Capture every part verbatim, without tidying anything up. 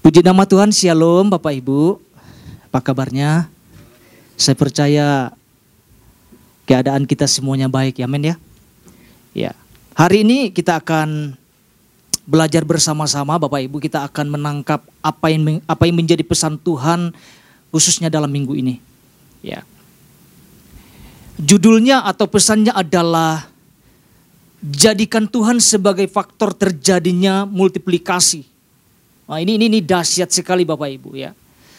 Puji nama Tuhan, Shalom Bapak Ibu. Apa kabarnya? Saya percaya keadaan kita semuanya baik, ya men ya. Ya. Hari ini kita akan belajar bersama-sama Bapak Ibu, kita akan menangkap apa yang apa yang menjadi pesan Tuhan khususnya dalam minggu ini. Ya. Judulnya atau pesannya adalah jadikan Tuhan sebagai faktor terjadinya multiplikasi. Nah, ini, ini ini dahsyat sekali Bapak Ibu ya.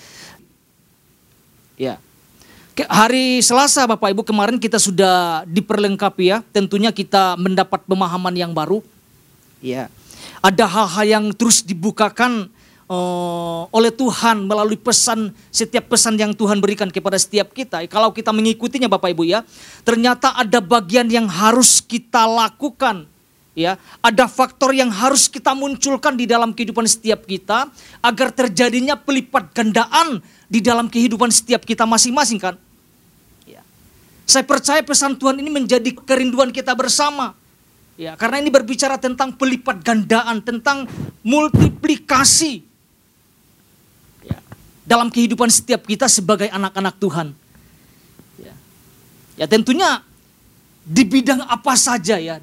Ya. Hari Selasa Bapak Ibu kemarin kita sudah diperlengkapi ya. Tentunya kita mendapat pemahaman yang baru. Ya. Ada hal-hal yang terus dibukakan uh, oleh Tuhan melalui pesan, setiap pesan yang Tuhan berikan kepada setiap kita. Kalau kita mengikutinya Bapak Ibu ya, ternyata ada bagian yang harus kita lakukan. Ya, ada faktor yang harus kita munculkan di dalam kehidupan setiap kita agar terjadinya pelipat gandaan di dalam kehidupan setiap kita masing-masing kan. Ya. Saya percaya pesan Tuhan ini menjadi kerinduan kita bersama. Ya, karena ini berbicara tentang pelipat gandaan, tentang multiplikasi. Ya, dalam kehidupan setiap kita sebagai anak-anak Tuhan. Ya. Ya, tentunya di bidang apa saja ya.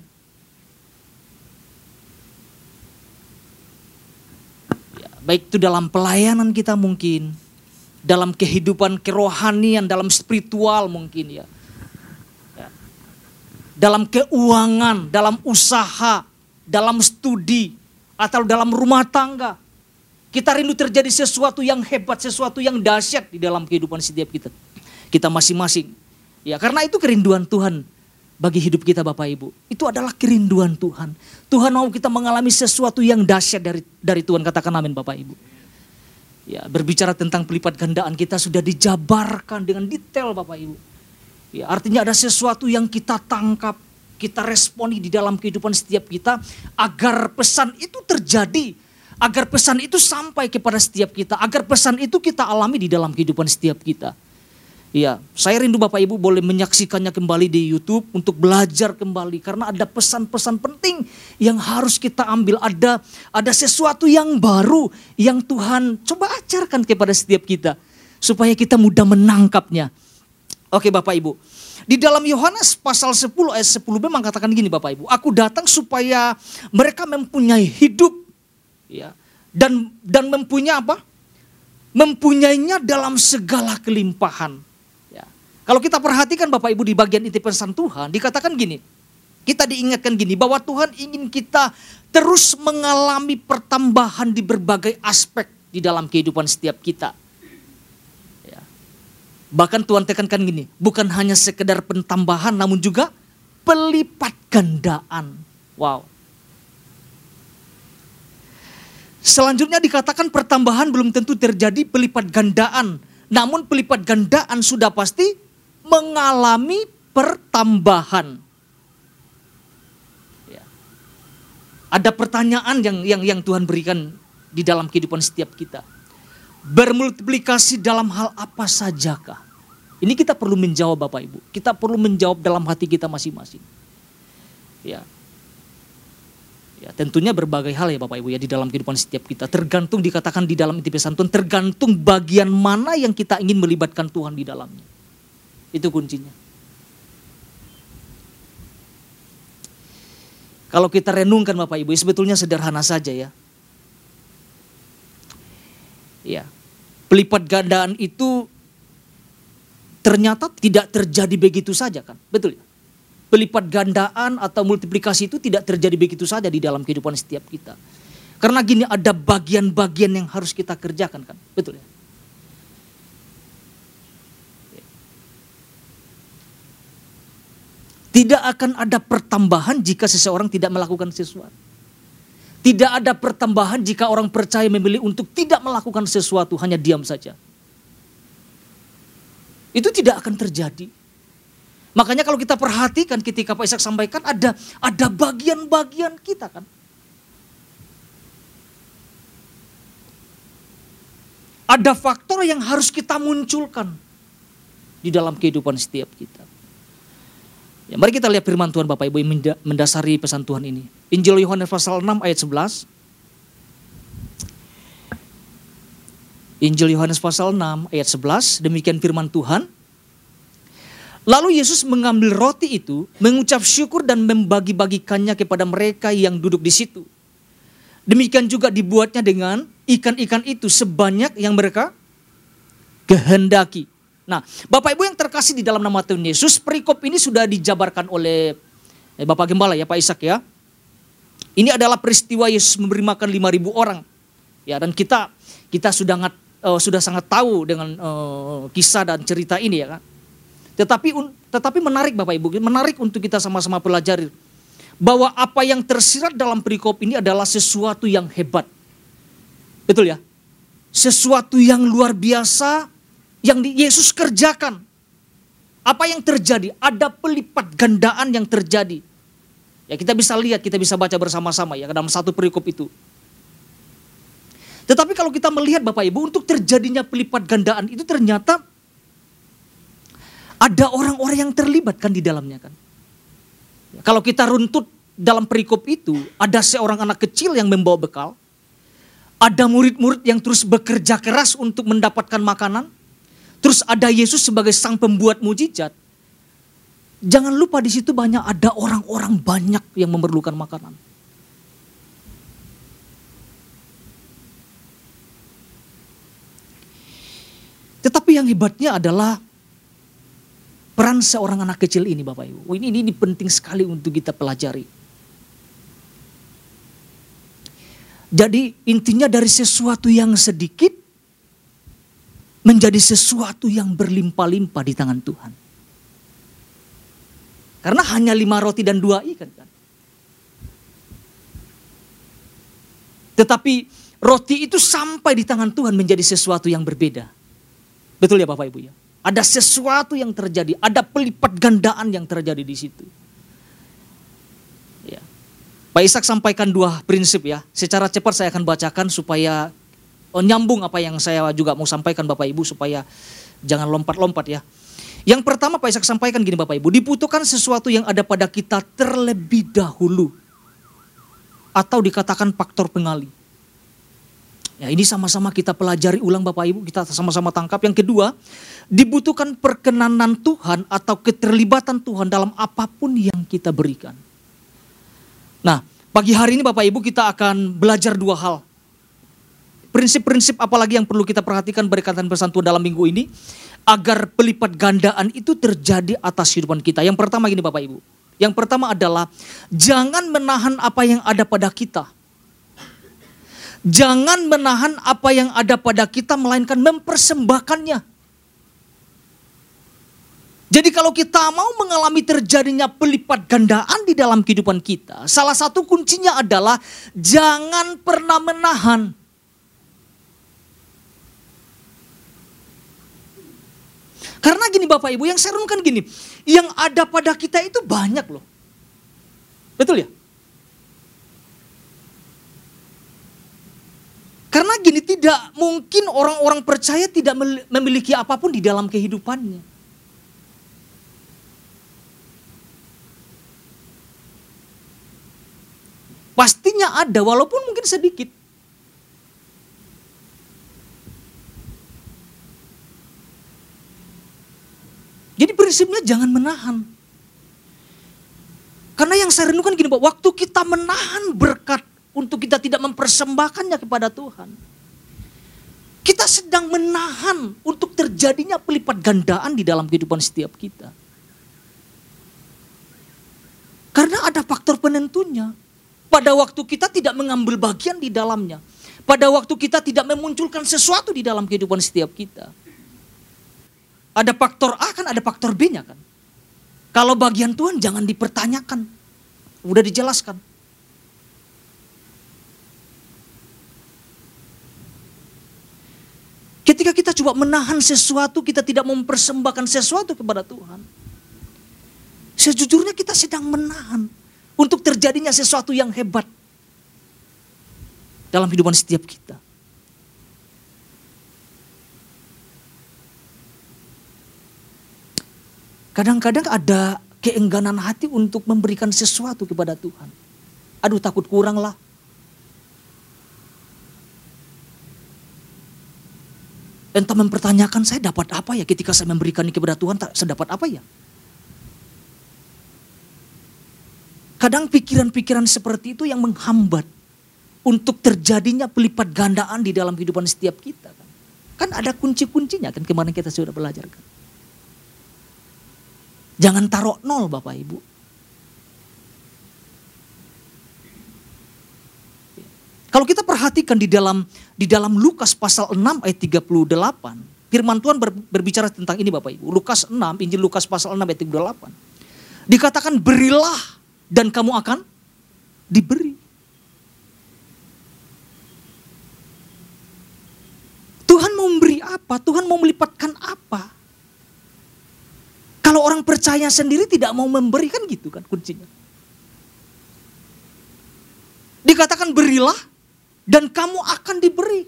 Baik itu dalam pelayanan kita mungkin, dalam kehidupan kerohanian, dalam spiritual mungkin ya. ya. Dalam keuangan, dalam usaha, dalam studi, atau dalam rumah tangga. Kita rindu terjadi sesuatu yang hebat, sesuatu yang dahsyat di dalam kehidupan setiap kita. Kita masing-masing. Ya, karena itu kerinduan Tuhan bagi hidup kita Bapak Ibu. Itu adalah kerinduan Tuhan. Tuhan mau kita mengalami sesuatu yang dahsyat dari dari Tuhan, katakan amin Bapak Ibu. Ya, berbicara tentang pelipat gandaan kita sudah dijabarkan dengan detail Bapak Ibu. Ya, artinya ada sesuatu yang kita tangkap, kita responi di dalam kehidupan setiap kita agar pesan itu terjadi, agar pesan itu sampai kepada setiap kita, agar pesan itu kita alami di dalam kehidupan setiap kita. Ya, saya rindu Bapak Ibu boleh menyaksikannya kembali di YouTube untuk belajar kembali karena ada pesan-pesan penting yang harus kita ambil, ada ada sesuatu yang baru yang Tuhan coba ajarkan kepada setiap kita supaya kita mudah menangkapnya. Oke Bapak Ibu. Di dalam Yohanes pasal sepuluh ayat sepuluh b mengatakan gini Bapak Ibu, aku datang supaya mereka mempunyai hidup ya dan dan mempunyai apa? Mempunyainya dalam segala kelimpahan. Kalau kita perhatikan Bapak Ibu di bagian inti pesan Tuhan, dikatakan gini, kita diingatkan gini, bahwa Tuhan ingin kita terus mengalami pertambahan di berbagai aspek di dalam kehidupan setiap kita. Ya. Bahkan Tuhan tekankan gini, bukan hanya sekedar pentambahan, namun juga pelipat gandaan. Wow. Selanjutnya dikatakan pertambahan belum tentu terjadi pelipat gandaan, namun pelipat gandaan sudah pasti mengalami pertambahan. Ya. Ada pertanyaan yang, yang yang Tuhan berikan di dalam kehidupan setiap kita. Bermultiplikasi dalam hal apa sajakah? Ini kita perlu menjawab Bapak Ibu. Kita perlu menjawab dalam hati kita masing-masing. Ya. Ya, tentunya berbagai hal ya Bapak Ibu ya di dalam kehidupan setiap kita. Tergantung dikatakan di dalam inti pesan Tuhan, tergantung bagian mana yang kita ingin melibatkan Tuhan di dalamnya. Itu kuncinya. Kalau kita renungkan Bapak Ibu, sebetulnya sederhana saja ya. Ya, pelipat gandaan itu ternyata tidak terjadi begitu saja kan, betul ya? Pelipat gandaan atau multiplikasi itu tidak terjadi begitu saja di dalam kehidupan setiap kita. Karena gini, ada bagian-bagian yang harus kita kerjakan kan, betul ya? Tidak akan ada pertambahan jika seseorang tidak melakukan sesuatu. Tidak ada pertambahan jika orang percaya memilih untuk tidak melakukan sesuatu, hanya diam saja. Itu tidak akan terjadi. Makanya kalau kita perhatikan ketika Pak Ishak sampaikan ada ada bagian-bagian kita kan. Ada faktor yang harus kita munculkan di dalam kehidupan setiap kita. Ya, mari kita lihat firman Tuhan Bapak Ibu yang mendasari pesan Tuhan ini. Injil Yohanes pasal enam ayat sebelas. Injil Yohanes pasal enam ayat sebelas, demikian firman Tuhan. Lalu Yesus mengambil roti itu, mengucap syukur dan membagi-bagikannya kepada mereka yang duduk di situ. Demikian juga dibuatnya dengan ikan-ikan itu sebanyak yang mereka kehendaki. Nah, Bapak Ibu yang terkasih di dalam nama Tuhan Yesus, perikop ini sudah dijabarkan oleh Bapak Gembala ya, Pak Ishak ya. Ini adalah peristiwa Yesus memberi makan lima ribu orang. Ya, dan kita kita sudah ngat, uh, sudah sangat tahu dengan uh, kisah dan cerita ini ya kan. Tetapi tetapi menarik Bapak Ibu, menarik untuk kita sama-sama pelajari bahwa apa yang tersirat dalam perikop ini adalah sesuatu yang hebat. Betul ya? Sesuatu yang luar biasa yang Yesus kerjakan. Apa yang terjadi? Ada pelipat gandaan yang terjadi. Ya, kita bisa lihat, kita bisa baca bersama-sama ya dalam satu perikop itu. Tetapi kalau kita melihat Bapak Ibu, untuk terjadinya pelipat gandaan itu ternyata ada orang-orang yang terlibat kan di dalamnya kan. Kalau kita runtut dalam perikop itu, ada seorang anak kecil yang membawa bekal. Ada murid-murid yang terus bekerja keras untuk mendapatkan makanan. Terus ada Yesus sebagai sang pembuat mujizat. Jangan lupa di situ banyak ada orang-orang banyak yang memerlukan makanan. Tetapi yang hebatnya adalah peran seorang anak kecil ini Bapak Ibu. Ini, ini, ini penting sekali untuk kita pelajari. Jadi intinya dari sesuatu yang sedikit menjadi sesuatu yang berlimpah-limpah di tangan Tuhan. Karena hanya lima roti dan dua ikan kan. Tetapi roti itu sampai di tangan Tuhan menjadi sesuatu yang berbeda. Betul ya Bapak Ibu ya? Ada sesuatu yang terjadi, ada pelipat gandaan yang terjadi di situ. Ya. Pak Ishak sampaikan dua prinsip ya. Secara cepat saya akan bacakan supaya oh, nyambung apa yang saya juga mau sampaikan Bapak Ibu supaya jangan lompat-lompat ya. Yang pertama Pak Ishak sampaikan gini Bapak Ibu, dibutuhkan sesuatu yang ada pada kita terlebih dahulu. Atau dikatakan faktor pengali. Ya, ini sama-sama kita pelajari ulang Bapak Ibu, kita sama-sama tangkap. Yang kedua, dibutuhkan perkenanan Tuhan atau keterlibatan Tuhan dalam apapun yang kita berikan. Nah, pagi hari ini Bapak Ibu kita akan belajar dua hal. Prinsip-prinsip apalagi yang perlu kita perhatikan berkaitan pesan Tuhan dalam minggu ini, agar pelipat gandaan itu terjadi atas kehidupan kita. Yang pertama gini Bapak Ibu, yang pertama adalah jangan menahan apa yang ada pada kita. Jangan menahan apa yang ada pada kita, melainkan mempersembahkannya. Jadi kalau kita mau mengalami terjadinya pelipat gandaan di dalam kehidupan kita, salah satu kuncinya adalah jangan pernah menahan. Karena gini Bapak Ibu, yang saya renungkan gini, yang ada pada kita itu banyak loh. Betul ya? Karena gini, tidak mungkin orang-orang percaya tidak memiliki apapun di dalam kehidupannya. Pastinya ada, walaupun mungkin sedikit. Jadi prinsipnya jangan menahan. Karena yang saya renungkan gini Pak, waktu kita menahan berkat untuk kita tidak mempersembahkannya kepada Tuhan, kita sedang menahan untuk terjadinya pelipat gandaan di dalam kehidupan setiap kita. Karena ada faktor penentunya. Pada waktu kita tidak mengambil bagian di dalamnya. Pada waktu kita tidak memunculkan sesuatu di dalam kehidupan setiap kita. Ada faktor A kan, ada faktor B-nya kan. Kalau bagian Tuhan jangan dipertanyakan. Udah dijelaskan. Ketika kita coba menahan sesuatu, kita tidak mempersembahkan sesuatu kepada Tuhan. Sejujurnya kita sedang menahan untuk terjadinya sesuatu yang hebat dalam kehidupan setiap kita. Kadang-kadang ada keengganan hati untuk memberikan sesuatu kepada Tuhan. Aduh, takut kurang lah. Entah mempertanyakan saya dapat apa ya ketika saya memberikan ini kepada Tuhan, saya dapat apa ya? Kadang pikiran-pikiran seperti itu yang menghambat untuk terjadinya pelipat gandaan di dalam kehidupan setiap kita. Kan, kan ada kunci-kuncinya kan kemarin kita sudah belajar kan. Jangan taruh nol Bapak Ibu. Kalau kita perhatikan di dalam di dalam Lukas pasal enam ayat tiga puluh delapan, firman Tuhan ber, berbicara tentang ini Bapak Ibu. Lukas enam, Injil Lukas pasal enam ayat tiga puluh delapan. Dikatakan berilah dan kamu akan diberi. Tuhan mau memberi apa? Tuhan mau melipatkan apa? Kalau orang percaya sendiri tidak mau memberi kan gitu kan kuncinya. Dikatakan berilah dan kamu akan diberi.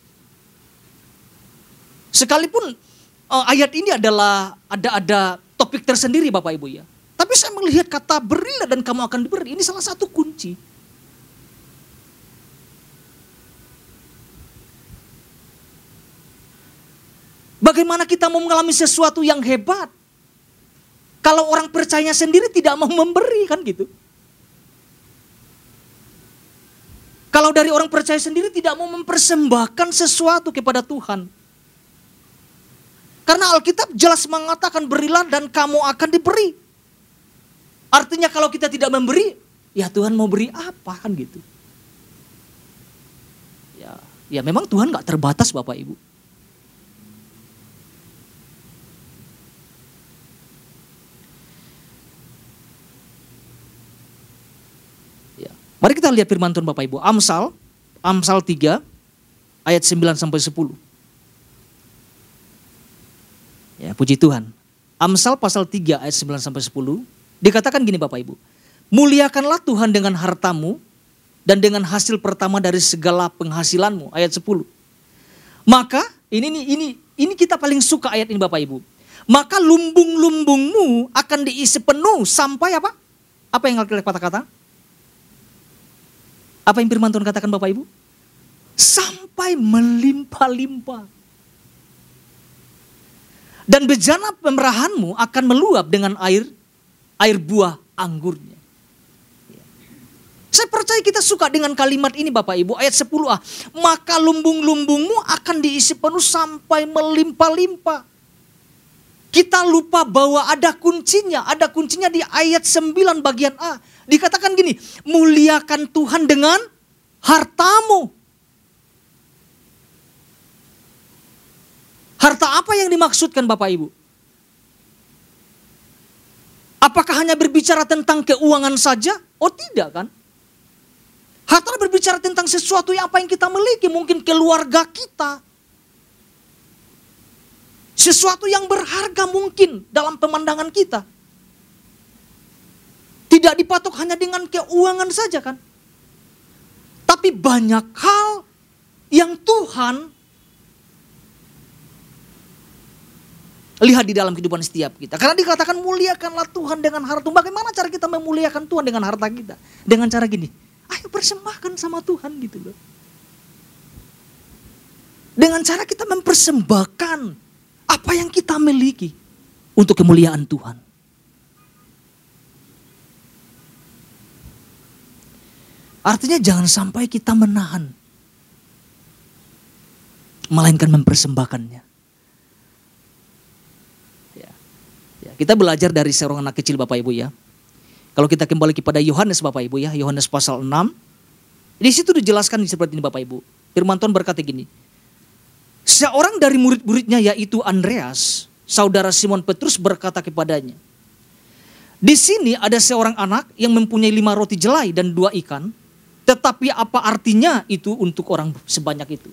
Sekalipun uh, ayat ini adalah ada ada topik tersendiri Bapak Ibu ya. Tapi saya melihat kata berilah dan kamu akan diberi. Ini salah satu kunci. Bagaimana kita mau mengalami sesuatu yang hebat kalau orang percaya sendiri tidak mau memberi kan gitu. Kalau dari orang percaya sendiri tidak mau mempersembahkan sesuatu kepada Tuhan. Karena Alkitab jelas mengatakan berilah dan kamu akan diberi. Artinya kalau kita tidak memberi, ya Tuhan mau beri apa kan gitu. Ya, ya memang Tuhan gak terbatas Bapak Ibu. Mari kita lihat firman Tuhan Bapak Ibu. Amsal, Amsal tiga ayat sembilan sampai sepuluh. Ya, puji Tuhan. Amsal pasal tiga ayat sembilan sampai sepuluh dikatakan gini Bapak Ibu. Muliakanlah Tuhan dengan hartamu dan dengan hasil pertama dari segala penghasilanmu, ayat sepuluh. Maka ini ini ini ini kita paling suka ayat ini Bapak Ibu. Maka lumbung-lumbungmu akan diisi penuh sampai apa? Apa yang Alkitab kata-kata? Apa yang firman Tuhan katakan Bapak Ibu? Sampai melimpah-limpah. Dan bejana pemerahanmu akan meluap dengan air air buah anggurnya. Saya percaya kita suka dengan kalimat ini Bapak Ibu. Ayat sepuluh a. Maka lumbung-lumbungmu akan diisi penuh sampai melimpah-limpah. Kita lupa bahwa ada kuncinya. Ada kuncinya di ayat sembilan bagian A. Dikatakan gini, muliakan Tuhan dengan hartamu. Harta apa yang dimaksudkan Bapak Ibu? Apakah hanya berbicara tentang keuangan saja? Oh tidak kan? Harta berbicara tentang sesuatu yang apa yang kita miliki. Mungkin keluarga kita. Sesuatu yang berharga mungkin dalam pemandangan kita. Tidak dipatok hanya dengan keuangan saja kan. Tapi banyak hal yang Tuhan lihat di dalam kehidupan setiap kita. Karena dikatakan muliakanlah Tuhan dengan harta. Bagaimana cara kita memuliakan Tuhan dengan harta kita? Dengan cara gini. Ayo persembahkan sama Tuhan gitu loh. Dengan cara kita mempersembahkan apa yang kita miliki untuk kemuliaan Tuhan. Artinya jangan sampai kita menahan. Melainkan mempersembahkannya. Ya. Ya, kita belajar dari seorang anak kecil Bapak Ibu ya. Kalau kita kembali kepada Yohanes Bapak Ibu ya. Yohanes pasal enam. Di situ dijelaskan seperti ini Bapak Ibu. Firman Tuhan berkata gini. Seorang dari murid-muridnya yaitu Andreas. Saudara Simon Petrus berkata kepadanya. Di sini ada seorang anak yang mempunyai lima roti jelai dan dua ikan. Tetapi apa artinya itu untuk orang sebanyak itu?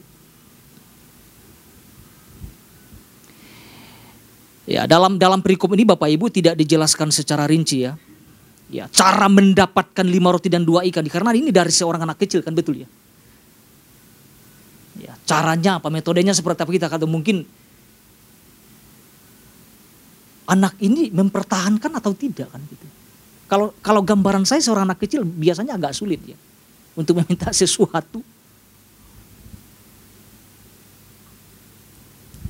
Ya, dalam dalam perikop ini Bapak Ibu tidak dijelaskan secara rinci ya. Ya, cara mendapatkan lima roti dan dua ikan karena ini dari seorang anak kecil kan betul ya. Ya, caranya apa, metodenya seperti apa kita kata mungkin anak ini mempertahankan atau tidak kan gitu. Kalau kalau gambaran saya seorang anak kecil biasanya agak sulit ya. Untuk meminta sesuatu.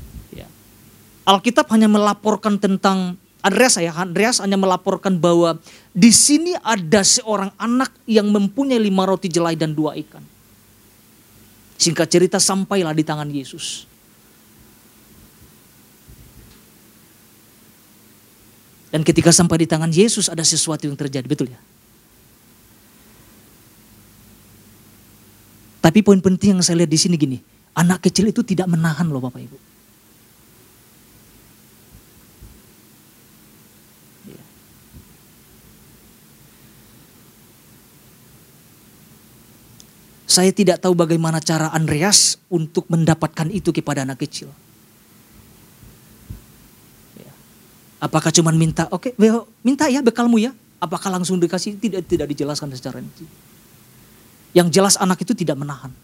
Alkitab hanya melaporkan tentang Andreas ya, Andreas hanya melaporkan bahwa di sini ada seorang anak yang mempunyai lima roti jelai dan dua ikan. Singkat cerita sampailah di tangan Yesus. Dan ketika sampai di tangan Yesus ada sesuatu yang terjadi, betul ya? Tapi poin penting yang saya lihat di sini gini, anak kecil itu tidak menahan loh Bapak Ibu. Saya tidak tahu bagaimana cara Andreas untuk mendapatkan itu kepada anak kecil. Apakah cuma minta, oke, okay, minta ya bekalmu ya. Apakah langsung dikasih? Tidak, tidak dijelaskan secara rinci. Yang jelas anak itu tidak menahan.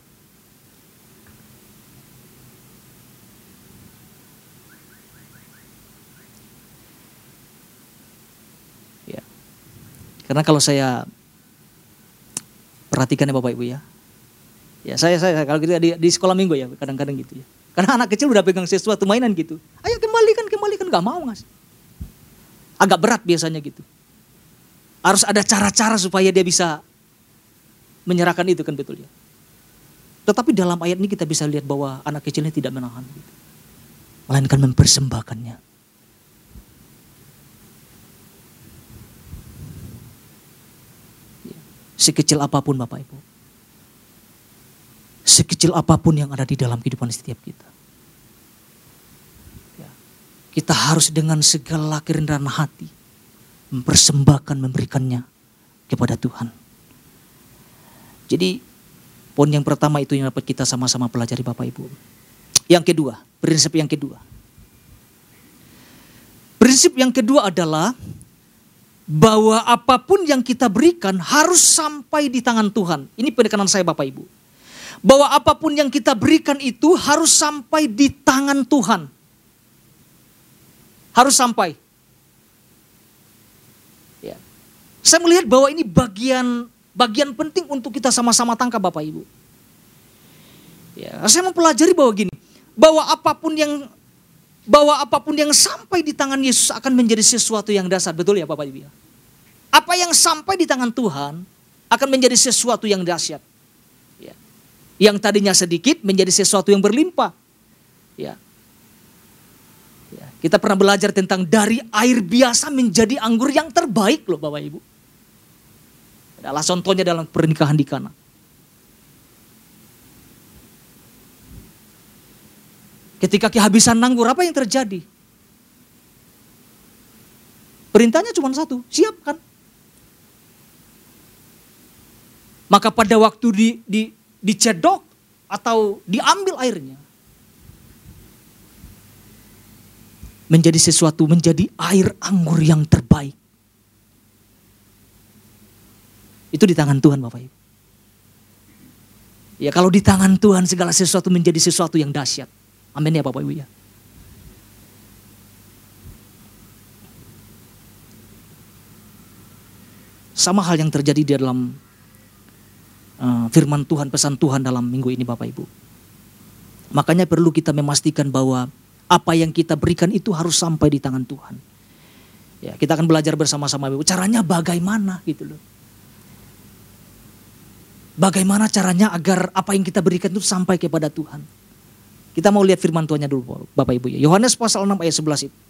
Ya. Karena kalau saya perhatikan ya Bapak Ibu ya. Ya saya saya kalau kita di, di sekolah minggu ya kadang-kadang gitu ya. Karena anak kecil udah pegang sesuatu mainan gitu. Ayo kembalikan, kembalikan, gak mau ngasih. Agak berat biasanya gitu. Harus ada cara-cara supaya dia bisa menyerahkan itu kan, betul ya. Tetapi dalam ayat ini kita bisa lihat bahwa anak kecilnya tidak menahan gitu. Melainkan mempersembahkannya. Sekecil apapun Bapak Ibu. Sekecil apapun yang ada di dalam kehidupan setiap kita. Ya. Kita harus dengan segala kerendahan hati mempersembahkan, memberikannya kepada Tuhan. Jadi poin yang pertama itu yang dapat kita sama-sama pelajari Bapak Ibu. Yang kedua, prinsip yang kedua. Prinsip yang kedua adalah bahwa apapun yang kita berikan harus sampai di tangan Tuhan. Ini penekanan saya Bapak Ibu. Bahwa apapun yang kita berikan itu harus sampai di tangan Tuhan. Harus sampai. Ya. Saya melihat bahwa ini bagian bagian penting untuk kita sama-sama tangkap Bapak Ibu. Ya, saya mempelajari bahwa gini, bahwa apapun yang bahwa apapun yang sampai di tangan Yesus akan menjadi sesuatu yang dasar, betul ya Bapak Ibu? Apa yang sampai di tangan Tuhan akan menjadi sesuatu yang dahsyat. Ya. Yang tadinya sedikit menjadi sesuatu yang berlimpah. Ya. Ya. Kita pernah belajar tentang dari air biasa menjadi anggur yang terbaik loh Bapak Ibu. Adalah contohnya dalam pernikahan di Kana. Ketika kehabisan anggur, apa yang terjadi? Perintahnya cuma satu, siapkan. Maka pada waktu di, di, dicedok atau diambil airnya, menjadi sesuatu, menjadi air anggur yang terbaik. Itu di tangan Tuhan Bapak Ibu. Ya kalau di tangan Tuhan segala sesuatu menjadi sesuatu yang dahsyat. Amin ya Bapak Ibu ya. Sama hal yang terjadi di dalam uh, firman Tuhan, pesan Tuhan dalam minggu ini Bapak Ibu. Makanya perlu kita memastikan bahwa apa yang kita berikan itu harus sampai di tangan Tuhan. Ya, kita akan belajar bersama-sama Ibu. Caranya bagaimana gitu loh. Bagaimana caranya agar apa yang kita berikan itu sampai kepada Tuhan. Kita mau lihat firman Tuhannya dulu Bapak Ibu ya. Yohanes pasal enam ayat sebelas itu.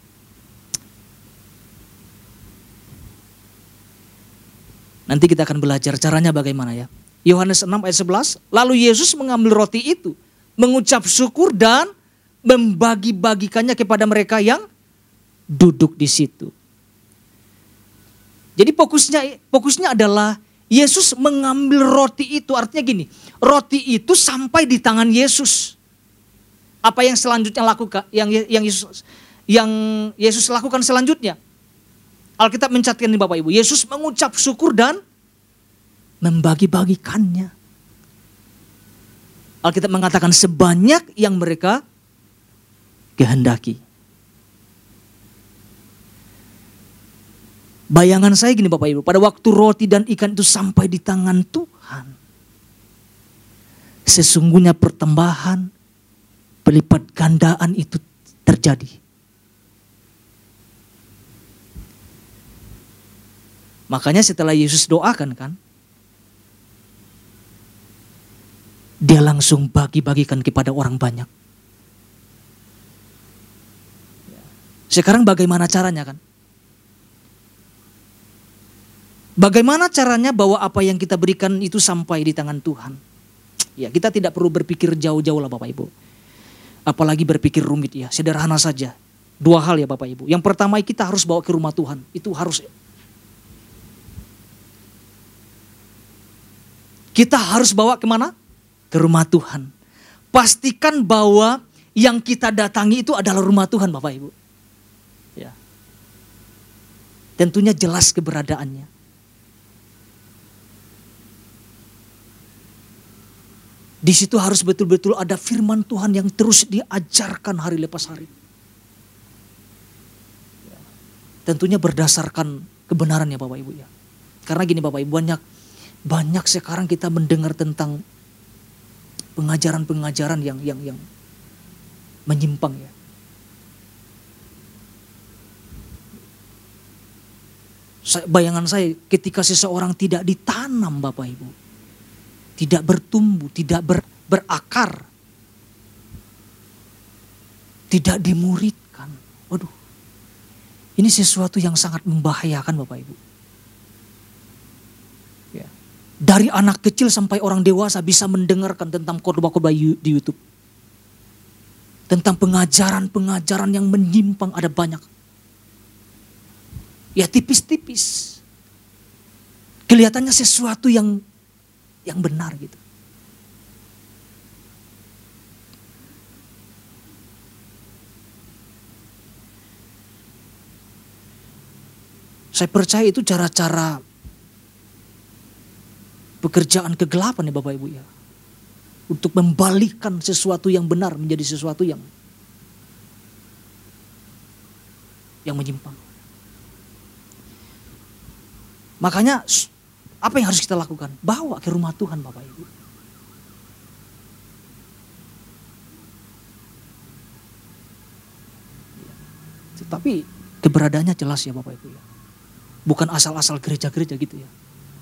Nanti kita akan belajar caranya bagaimana ya. Yohanes enam ayat sebelas. Lalu Yesus mengambil roti itu, mengucap syukur dan membagi-bagikannya kepada mereka yang duduk di situ. Jadi fokusnya fokusnya adalah Yesus mengambil roti itu, artinya gini, roti itu sampai di tangan Yesus. Apa yang selanjutnya lakukan, yang yang Yesus yang Yesus lakukan selanjutnya? Alkitab mencatatkan ini Bapak Ibu, Yesus mengucap syukur dan membagi-bagikannya. Alkitab mengatakan sebanyak yang mereka kehendaki. Bayangan saya gini Bapak Ibu, pada waktu roti dan ikan itu sampai di tangan Tuhan, sesungguhnya pertambahan, pelipat gandaan itu terjadi. Makanya setelah Yesus doakan kan, dia langsung bagi-bagikan kepada orang banyak. Sekarang bagaimana caranya kan? Bagaimana caranya bahwa apa yang kita berikan itu sampai di tangan Tuhan? Ya, kita tidak perlu berpikir jauh-jauh lah Bapak Ibu. Apalagi berpikir rumit ya, sederhana saja. Dua hal ya Bapak Ibu. Yang pertama kita harus bawa ke rumah Tuhan. Itu harus. Kita harus bawa kemana? Ke rumah Tuhan. Pastikan bahwa yang kita datangi itu adalah rumah Tuhan Bapak Ibu. Ya. Tentunya jelas keberadaannya. Di situ harus betul-betul ada firman Tuhan yang terus diajarkan hari lepas hari. Tentunya berdasarkan kebenarannya Bapak Ibu ya. Karena gini Bapak Ibu, banyak banyak sekarang kita mendengar tentang pengajaran-pengajaran yang yang yang menyimpang ya. Saya, bayangan saya ketika seseorang tidak ditanam Bapak Ibu, tidak bertumbuh, tidak ber, berakar, tidak dimuridkan. Waduh, ini sesuatu yang sangat membahayakan Bapak Ibu. Ya. Dari anak kecil sampai orang dewasa bisa mendengarkan tentang khotbah-khotbah di YouTube. Tentang pengajaran-pengajaran yang menyimpang ada banyak. Ya tipis-tipis. Kelihatannya sesuatu yang yang benar gitu. Saya percaya itu cara-cara pekerjaan kegelapan ya Bapak Ibu ya. Untuk membalikkan sesuatu yang benar menjadi sesuatu yang yang menyimpang. Makanya apa yang harus kita lakukan? Bawa ke rumah Tuhan Bapak Ibu. Tetapi keberadaannya jelas ya Bapak Ibu ya. Bukan asal-asal gereja-gereja gitu ya.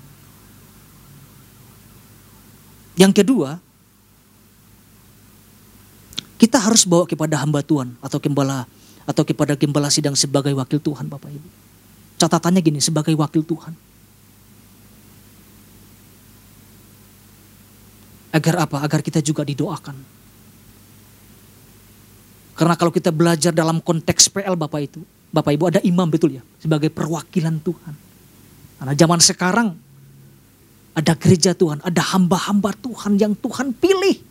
Yang kedua, kita harus bawa kepada hamba Tuhan atau gembala atau kepada gembala sidang sebagai wakil Tuhan Bapak Ibu. Catatannya gini, sebagai wakil Tuhan. Agar apa? Agar kita juga didoakan. Karena kalau kita belajar dalam konteks P L Bapak itu, Bapak Ibu ada imam betul ya, sebagai perwakilan Tuhan. Karena zaman sekarang ada gereja Tuhan, ada hamba-hamba Tuhan yang Tuhan pilih.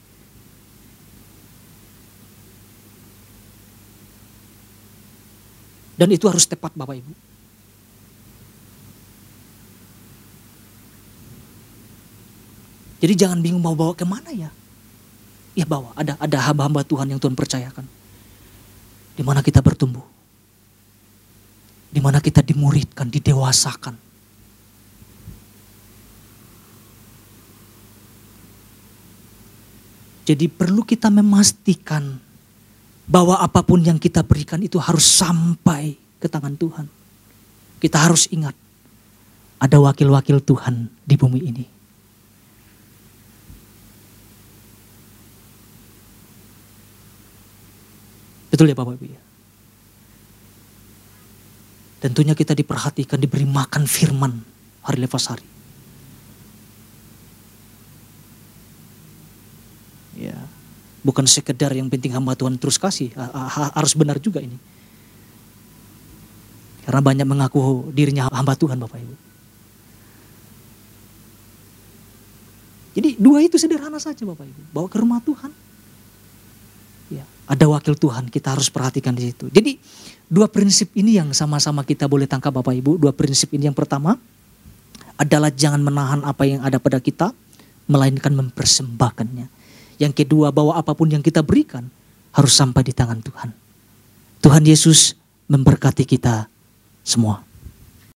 Dan itu harus tepat Bapak Ibu. Jadi jangan bingung mau bawa kemana ya. Ya bawa, ada ada hamba-hamba Tuhan yang Tuhan percayakan. Di mana kita bertumbuh. Di mana kita dimuridkan, didewasakan. Jadi perlu kita memastikan bahwa apapun yang kita berikan itu harus sampai ke tangan Tuhan. Kita harus ingat, ada wakil-wakil Tuhan di bumi ini. Betul ya Bapak Ibu ya? Tentunya kita diperhatikan, diberi makan firman hari lepas hari. Ya, bukan sekedar yang penting hamba Tuhan terus kasih, harus benar juga ini. Karena banyak mengaku dirinya hamba Tuhan Bapak Ibu. Jadi dua itu sederhana saja Bapak Ibu, bawa ke rumah Tuhan. Ya, ada wakil Tuhan, kita harus perhatikan di situ. Jadi dua prinsip ini yang sama-sama kita boleh tangkap Bapak Ibu. Dua prinsip ini, yang pertama adalah jangan menahan apa yang ada pada kita, melainkan mempersembahkannya. Yang kedua, bahwa apapun yang kita berikan harus sampai di tangan Tuhan. Tuhan Yesus memberkati kita semua.